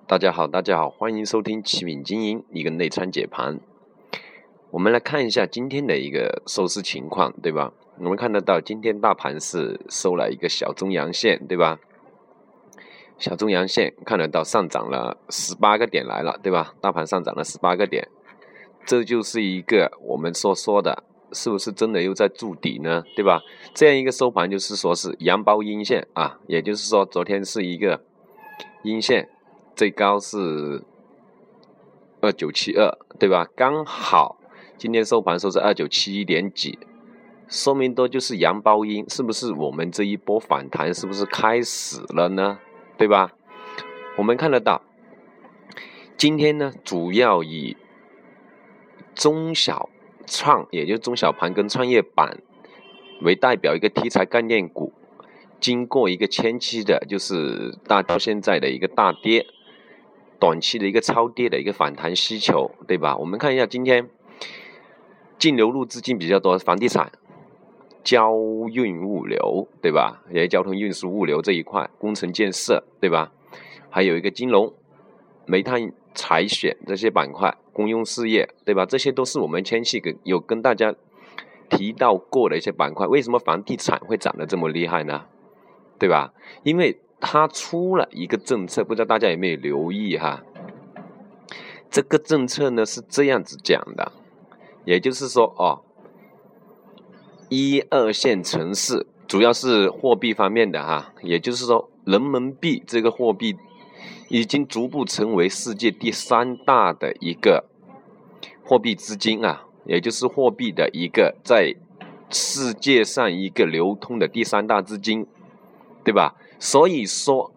大家好，欢迎收听启敏经营一个内参解盘。我们来看一下今天的一个收市情况，对吧？我们看得到今天大盘是收了一个小中阳线，对吧？小中阳线看得到上涨了18个点来了，对吧？大盘上涨了18个点，这就是一个我们所说的是不是真的又在筑底呢？对吧？这样一个收盘就是说是阳包阴线啊，也就是说昨天是一个阴线，最高是2972，对吧？刚好今天收盘收是2971点几，说明多就是阳包阴，是不是我们这一波反弹是不是开始了呢？对吧？我们看得到今天呢主要以中小创，也就是中小盘跟创业板为代表一个题材概念股，经过一个前期的就是到现在的一个大跌，短期的一个超跌的一个反弹需求，对吧？我们看一下今天净流入资金比较多，房地产、交运物流，对吧？也是交通运输物流这一块，工程建设，对吧？还有一个金融、煤炭、采选这些板块，公用事业，对吧？这些都是我们前期有跟大家提到过的一些板块。为什么房地产会涨得这么厉害呢？对吧？因为它出了一个政策，不知道大家有没有留意哈？这个政策呢是这样子讲的，也就是说一二线城市主要是货币方面的哈，也就是说人民币这个货币已经逐步成为世界第3大的一个货币资金啊，也就是货币的一个在世界上一个流通的第3大资金，对吧？所以说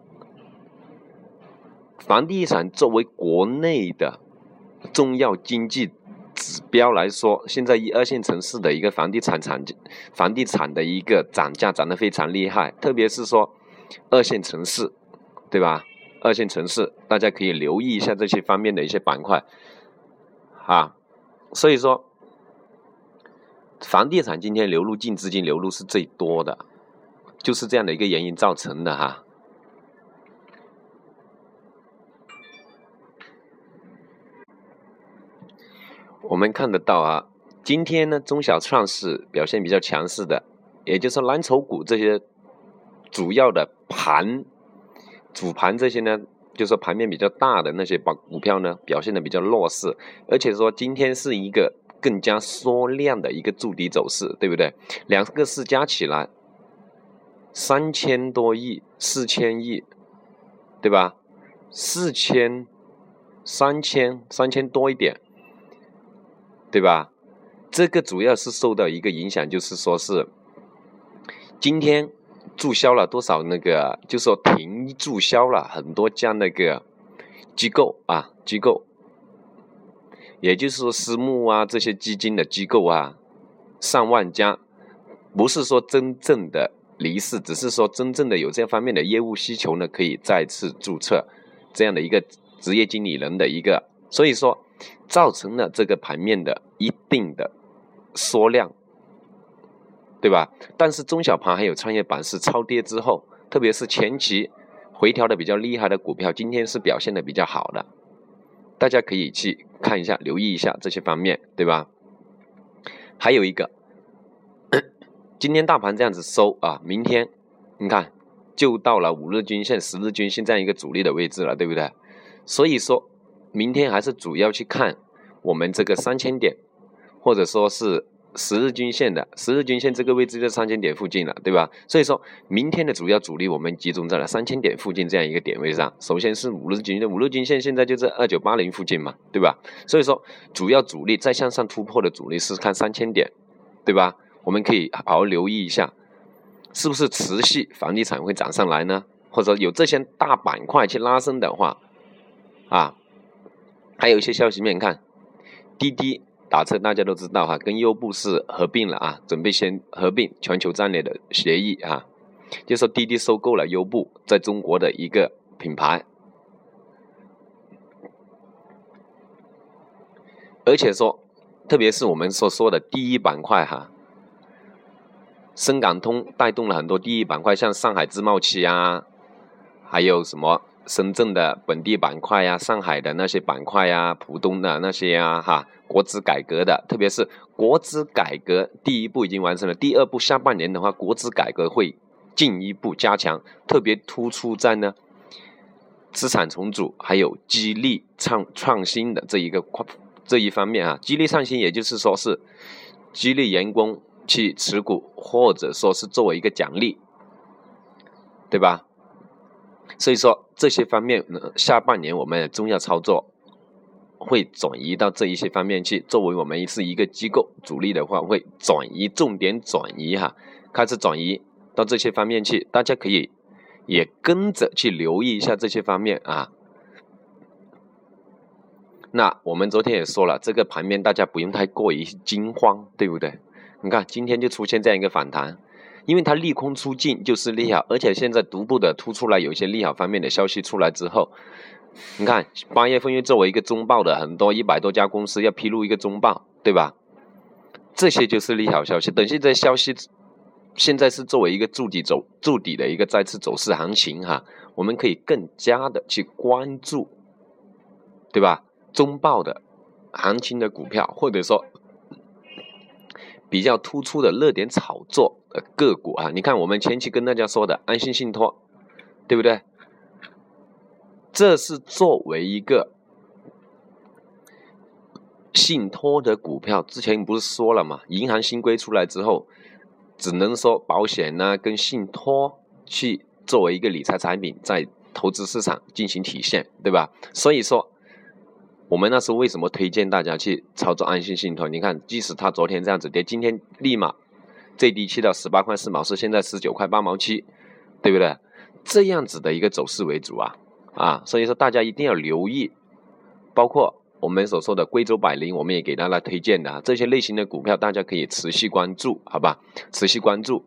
房地产作为国内的重要经济指标来说，现在一二线城市的一个房地产的一个涨价涨得非常厉害，特别是说二线城市，对吧？二线城市大家可以留意一下这些方面的一些板块啊。所以说房地产今天净资金流入是最多的，就是这样的一个原因造成的哈。我们看得到啊，今天呢中小创是表现比较强势的，也就是蓝筹股这些主要的主盘这些呢，就是说盘面比较大的那些股票呢表现的比较弱势，而且说今天是一个更加缩量的一个筑底走势，对不对？两个市加起来3000多亿、4000亿，对吧？4000、3000多一点，对吧？这个主要是受到一个影响，就是说是今天注销了多少就是说注销了很多家机构，也就是说私募啊这些基金的机构啊，上万家，不是说真正的离世，只是说真正的有这方面的业务需求呢，可以再次注册这样的一个职业经理人的一个，所以说造成了这个盘面的一定的缩量，对吧？但是中小盘还有创业板是超跌之后，特别是前期回调的比较厉害的股票，今天是表现的比较好的，大家可以去看一下，留意一下这些方面，对吧？还有一个，今天大盘这样子收啊，明天你看就到了5日均线、10日均线这样一个阻力的位置了，对不对？所以说明天还是主要去看我们这个3000点，或者说是10日均线这个位置在3000点附近了，对吧？所以说明天的主要阻力我们集中在了3000点附近这样一个点位上。首先是5日均线现在就在2980附近嘛，对吧？所以说主要阻力再向上突破的阻力是看3000点，对吧？我们可以好好留意一下，是不是持续房地产会涨上来呢？或者有这些大板块去拉升的话还有一些消息面看，滴滴打车大家都知道哈，跟优步是合并了啊，准备先合并全球战略的协议啊，就说滴滴收购了优步在中国的一个品牌，而且说特别是我们所说的第一板块哈，深港通带动了很多第一板块，像上海自贸区啊，还有什么深圳的本地板块呀，上海的那些板块呀，浦东的那些呀，国资改革的，特别是国资改革第一步已经完成了，第二步下半年的话，国资改革会进一步加强，特别突出在呢资产重组还有激励创新的这一方面激励创新也就是说是激励员工去持股，或者说是作为一个奖励，对吧？所以说这些方面呢，下半年我们的重要操作会转移到这一些方面去。作为我们是一个机构主力的话，会重点转移开始转移到这些方面去。大家可以也跟着去留意一下这些方面那我们昨天也说了，这个盘面大家不用太过于惊慌，对不对？你看今天就出现这样一个反弹，因为它利空出尽就是利好，而且现在逐步的突出来有一些利好方面的消息出来之后，你看8月份又作为一个中报的很多100多家公司要披露一个中报，对吧？这些就是利好消息。等这些消息现在是作为一个筑底的一个再次走势行情我们可以更加的去关注，对吧？中报的行情的股票，或者说比较突出的热点炒作的个股你看我们前期跟大家说的安信信托，对不对？这是作为一个信托的股票，之前不是说了嘛，银行新规出来之后，只能说保险跟信托去作为一个理财产品在投资市场进行体现，对吧？所以说我们那时候为什么推荐大家去操作安信信托？你看即使它昨天这样子跌，今天立马最低去到18块4毛4，现在19块8毛7，对不对？这样子的一个走势为主所以说大家一定要留意，包括我们所说的贵州百灵，我们也给大家推荐的这些类型的股票，大家可以持续关注，好吧？持续关注，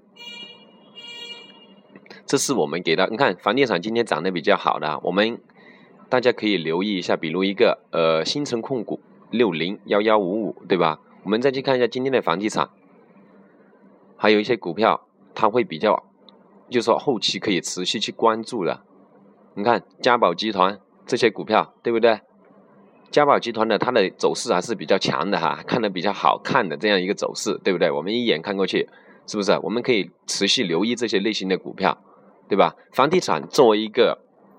这是我们给的。你看房地产今天涨得比较好的，我们大家可以留意一下，比如一个新城控股601155，对吧？我们再去看一下今天的房地产，还有一些股票它会比较，就是说后期可以持续去关注的。你看嘉宝集团这些股票，对不对？嘉宝集团的它的走势还是比较强的看得比较好看的这样一个走势，对不对？我们一眼看过去，是不是？我们可以持续留意这些类型的股票，对吧？房地产作为一个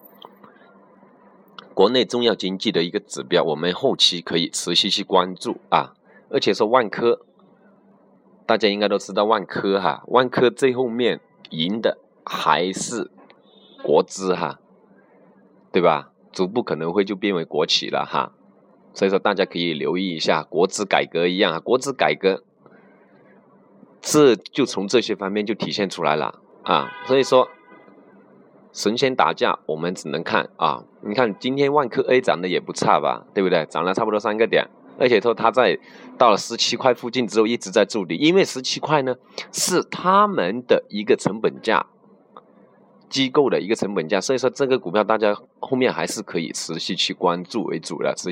国内重要经济的一个指标，我们后期可以持续去关注而且说万科，大家应该都知道万科万科最后面赢的还是国资对吧？逐步可能会就变为国企了所以说大家可以留意一下国资改革一样国资改革这就从这些方面就体现出来了所以说神仙打架我们只能看你看今天万科 A 涨得也不差吧，对不对？涨了差不多3个点，而且说它到了17块附近之后一直在筑底，因为17块呢是他们的一个成本价，机构的一个成本价，所以说这个股票大家后面还是可以持续去关注为主的，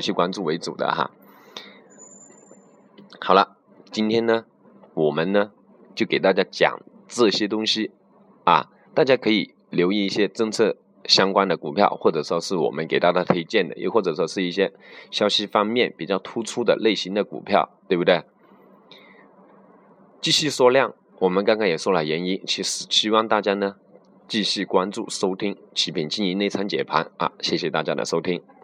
好了，今天呢我们呢就给大家讲这些东西大家可以留意一些政策相关的股票，或者说是我们给大家推荐的，又或者说是一些消息方面比较突出的类型的股票，对不对？继续说量，我们刚刚也说了原因，其实希望大家呢继续关注收听启品经营内参解盘谢谢大家的收听。